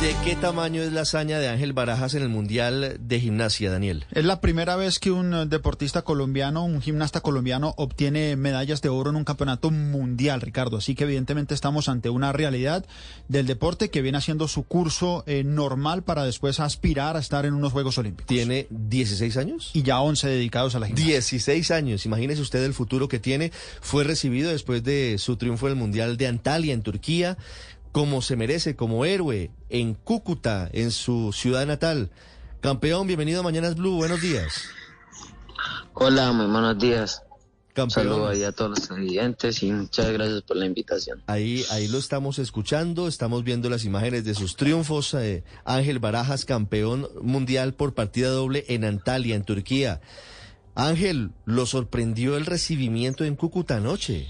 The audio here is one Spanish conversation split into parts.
¿De qué tamaño es la hazaña de Ángel Barajas en el Mundial de Gimnasia, Daniel? Es la primera vez que un deportista colombiano, un gimnasta colombiano, obtiene medallas de oro en un campeonato mundial, Ricardo. Así que evidentemente estamos ante una realidad del deporte que viene haciendo su curso normal para después aspirar a estar en unos Juegos Olímpicos. ¿Tiene 16 años? Y ya 11 dedicados a la gimnasia. 16 años, imagínese usted el futuro que tiene. Fue recibido después de su triunfo en el Mundial de Antalya, en Turquía, como se merece, como héroe, en Cúcuta, en su ciudad natal. Campeón, bienvenido a Mañanas Blue, buenos días. Hola, muy buenos días. Campeón. Saludos ahí a todos los televidentes y muchas gracias por la invitación. Ahí lo estamos escuchando, estamos viendo las imágenes de sus triunfos. Ángel Barajas, campeón mundial por partida doble en Antalya, en Turquía. Ángel, ¿lo sorprendió el recibimiento en Cúcuta anoche?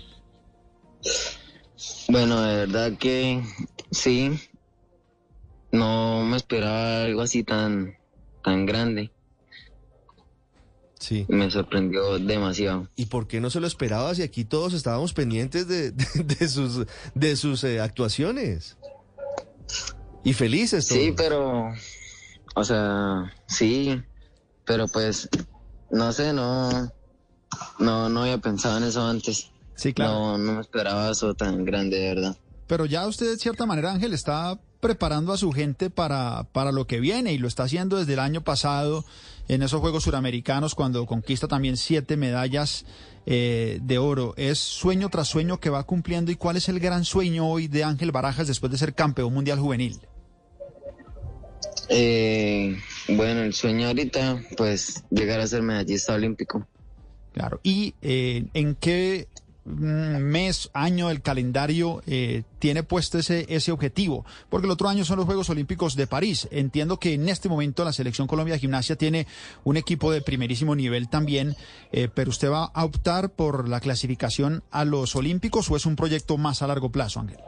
Bueno, de verdad que sí, no me esperaba algo así tan grande. Sí. Me sorprendió demasiado. ¿Y por qué no se lo esperaba si aquí todos estábamos pendientes de sus actuaciones? Y felices todos. Sí, pero, o sea, sí, pero pues, no sé, no había pensado en eso antes. Sí, claro. No me esperaba eso tan grande, de verdad. Pero ya usted, de cierta manera, Ángel, está preparando a su gente para lo que viene y lo está haciendo desde el año pasado en esos Juegos Suramericanos cuando conquista también 7 medallas de oro. ¿Es sueño tras sueño que va cumpliendo? ¿Y cuál es el gran sueño hoy de Ángel Barajas después de ser campeón mundial juvenil? Bueno, el sueño ahorita, pues, llegar a ser medallista olímpico. Claro. ¿Y en qué mes, año del calendario tiene puesto ese objetivo? Porque el otro año son los Juegos Olímpicos de París. Entiendo que en este momento la Selección Colombia de Gimnasia tiene un equipo de primerísimo nivel también, pero ¿usted va a optar por la clasificación a los Olímpicos o es un proyecto más a largo plazo, Ángel?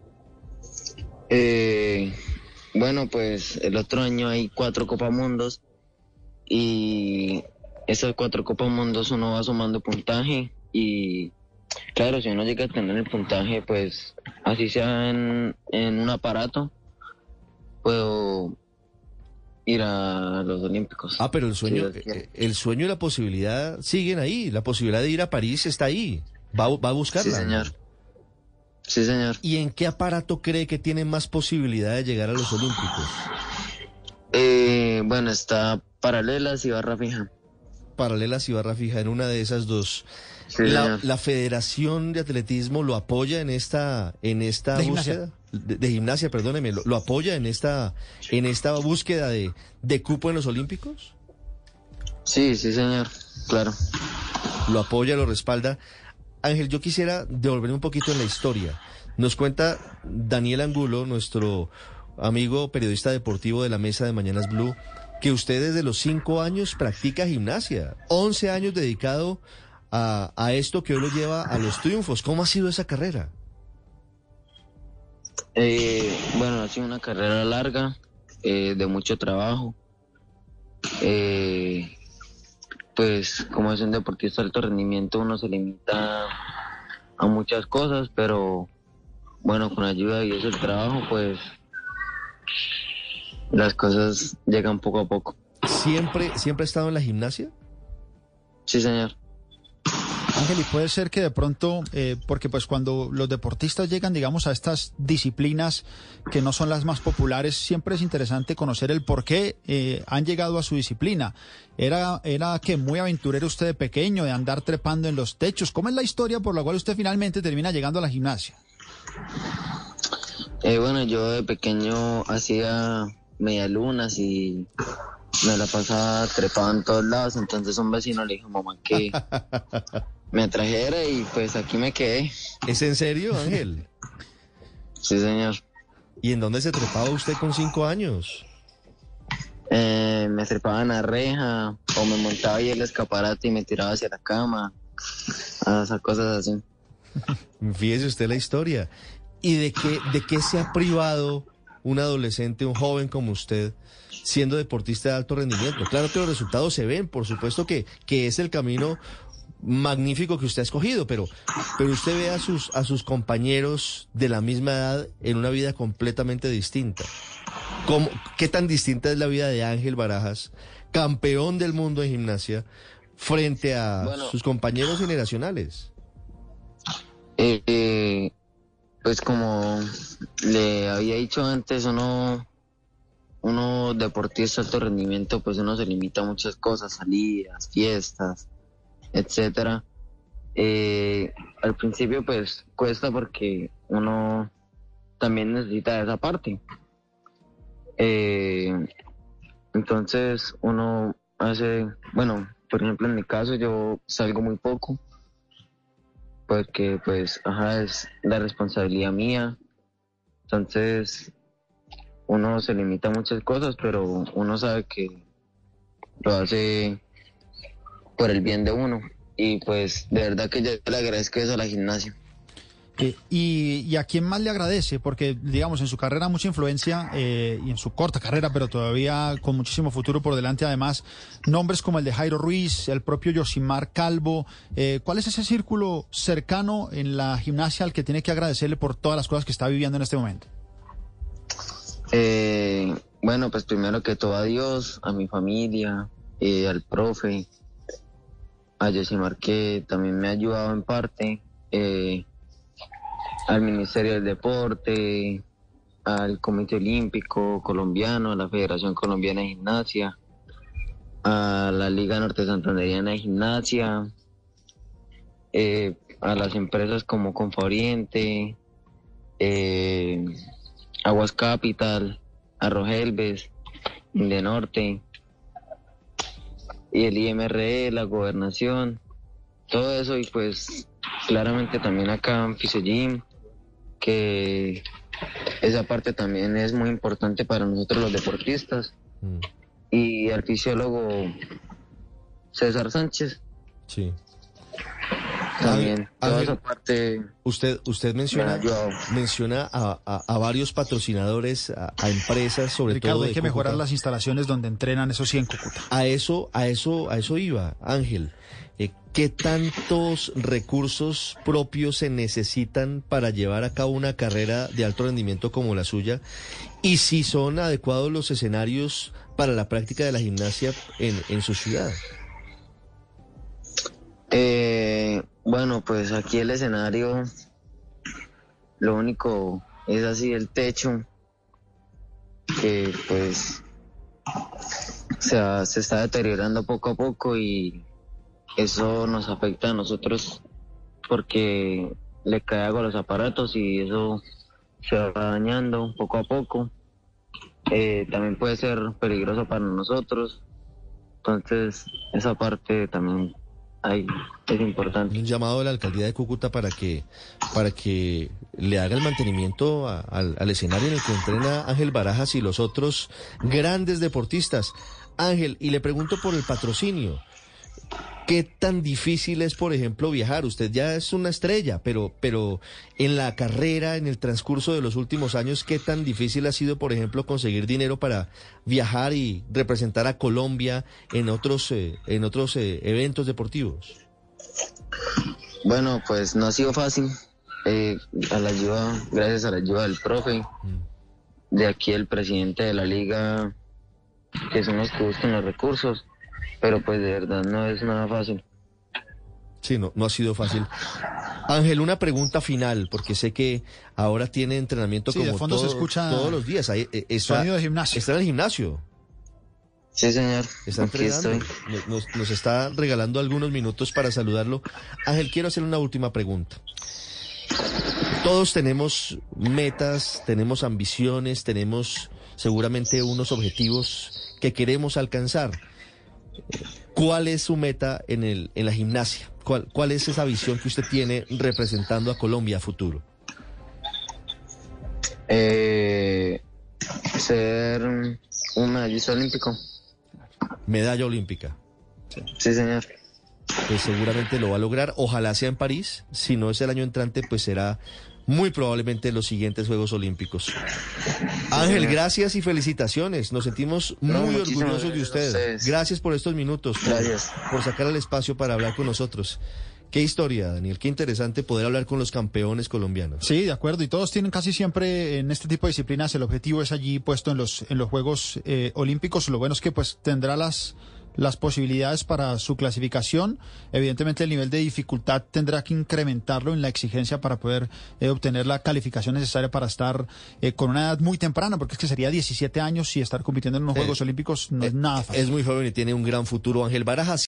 Bueno, pues el otro año hay 4 Copas Mundos y esas 4 Copas Mundos uno va sumando puntaje y claro, si uno llega a tener el puntaje, pues así sea en un aparato, puedo ir a los Olímpicos. Ah, pero el sueño y la posibilidad siguen ahí. La posibilidad de ir a París está ahí. Va a buscarla. Sí, señor. Sí, señor. ¿Y en qué aparato cree que tiene más posibilidad de llegar a los Olímpicos? Bueno, está paralelas y barra fija. Paralelas y barra fija, en una de esas dos. Sí, la Federación de Atletismo lo apoya en esta búsqueda de gimnasia, perdóneme, lo apoya en esta búsqueda de cupo en los Olímpicos. Sí, señor, claro. Lo apoya, lo respalda. Ángel, yo quisiera devolverme un poquito en la historia. Nos cuenta Daniel Angulo, nuestro amigo periodista deportivo de la mesa de Mañanas Blue, que usted desde los 5 años practica gimnasia, 11 años dedicado a esto que hoy lo lleva a los triunfos. ¿Cómo ha sido esa carrera? Bueno, ha sido una carrera larga, de mucho trabajo. Pues como es un deportista de alto rendimiento, uno se limita a muchas cosas, pero bueno, con ayuda y eso el trabajo, pues las cosas llegan poco a poco. ¿Siempre ha estado en la gimnasia? Sí, señor. Ángel, y puede ser que de pronto, porque pues cuando los deportistas llegan, digamos, a estas disciplinas que no son las más populares, siempre es interesante conocer el por qué han llegado a su disciplina. ¿Era que muy aventurero usted de pequeño, de andar trepando en los techos? ¿Cómo es la historia por la cual usted finalmente termina llegando a la gimnasia? Bueno, yo de pequeño hacía medialunas y me la pasaba trepado en todos lados, entonces un vecino le dijo a mamá que me trajera y pues aquí me quedé. ¿Es en serio, Ángel? Sí, señor. ¿Y en dónde se trepaba usted con 5 años? Me trepaba en la reja o me montaba ahí el escaparate y me tiraba hacia la cama, a esas cosas así. Fíjese usted la historia. ¿Y de qué se ha privado un adolescente, un joven como usted, siendo deportista de alto rendimiento? Claro que los resultados se ven, por supuesto que es el camino magnífico que usted ha escogido, pero usted ve a sus compañeros de la misma edad en una vida completamente distinta. ¿Qué tan distinta es la vida de Ángel Barajas, campeón del mundo en gimnasia, frente a sus compañeros generacionales? Pues como le había dicho antes, uno deportista de alto rendimiento, pues uno se limita a muchas cosas, salidas, fiestas, etcétera. Al principio pues cuesta porque uno también necesita esa parte. Entonces uno hace, bueno, por ejemplo en mi caso yo salgo muy poco porque pues es la responsabilidad mía. Entonces uno se limita a muchas cosas, pero uno sabe que lo hace por el bien de uno. Y pues de verdad que yo le agradezco eso a la gimnasia. ¿Y a quién más le agradece? Porque, digamos, en su carrera mucha influencia, y en su corta carrera, pero todavía con muchísimo futuro por delante, además, nombres como el de Jairo Ruiz, el propio Yosimar Calvo. ¿Cuál es ese círculo cercano en la gimnasia al que tiene que agradecerle por todas las cosas que está viviendo en este momento? Bueno, pues primero que todo a Dios, a mi familia, al profe, a Yosimar que también me ha ayudado en parte, al Ministerio del Deporte, al Comité Olímpico Colombiano, a la Federación Colombiana de Gimnasia, a la Liga Norte Santanderiana de Gimnasia, a las empresas como Conforiente, Aguas Capital, Arrojelves, Indenorte, y el IMRE, la Gobernación, todo eso. Y pues claramente también acá en Fisegym, que esa parte también es muy importante para nosotros los deportistas. Y al fisiólogo César Sánchez. Sí. También, toda esa parte. Usted menciona a varios patrocinadores, a empresas, sobre Ricardo, todo. hay que mejorar las instalaciones donde entrenan, eso sí, en Cúcuta. A eso iba, Ángel. ¿Qué tantos recursos propios se necesitan para llevar a cabo una carrera de alto rendimiento como la suya? Y si son adecuados los escenarios para la práctica de la gimnasia en su ciudad. Bueno, pues aquí el escenario, lo único es así el techo, que pues se está deteriorando poco a poco, y eso nos afecta a nosotros porque le cae agua a los aparatos y eso se va dañando poco a poco. También puede ser peligroso para nosotros, entonces esa parte también es importante. Un llamado de la alcaldía de Cúcuta para que le haga el mantenimiento al escenario en el que entrena Ángel Barajas y los otros grandes deportistas. Ángel, y le pregunto por el patrocinio. ¿Qué tan difícil es, por ejemplo, viajar? Usted ya es una estrella, pero en la carrera, en el transcurso de los últimos años, ¿qué tan difícil ha sido, por ejemplo, conseguir dinero para viajar y representar a Colombia en otros eventos deportivos? Bueno, pues no ha sido fácil. Gracias a la ayuda del profe, de aquí el presidente de la liga, que son los que buscan los recursos. Pero pues de verdad no es nada fácil. Sí, no ha sido fácil. Ángel, una pregunta final, porque sé que ahora tiene entrenamiento como de fondo se escucha todos los días. Sonido de gimnasio. Está en el gimnasio. Sí, señor. Está entrenando. Nos está regalando algunos minutos para saludarlo. Ángel, quiero hacer una última pregunta. Todos tenemos metas, tenemos ambiciones, tenemos seguramente unos objetivos que queremos alcanzar. ¿Cuál es su meta en la gimnasia? ¿Cuál es esa visión que usted tiene representando a Colombia a futuro? Ser un medallista olímpico. Medalla olímpica. Sí, señor. Pues seguramente lo va a lograr. Ojalá sea en París. Si no es el año entrante, pues será muy probablemente los siguientes Juegos Olímpicos. Ángel, gracias y felicitaciones. Nos sentimos muy orgullosos de usted. Gracias por estos minutos, por sacar el espacio para hablar con nosotros. Qué historia, Daniel, qué interesante poder hablar con los campeones colombianos. Sí, de acuerdo, y todos tienen casi siempre en este tipo de disciplinas el objetivo es allí puesto en los Juegos Olímpicos. Lo bueno es que pues tendrá las posibilidades para su clasificación. Evidentemente el nivel de dificultad tendrá que incrementarlo en la exigencia para poder obtener la calificación necesaria para estar con una edad muy temprana, porque es que sería 17 años y estar compitiendo en los Juegos Olímpicos no es nada fácil. Es muy joven y tiene un gran futuro. Ángel Barajas.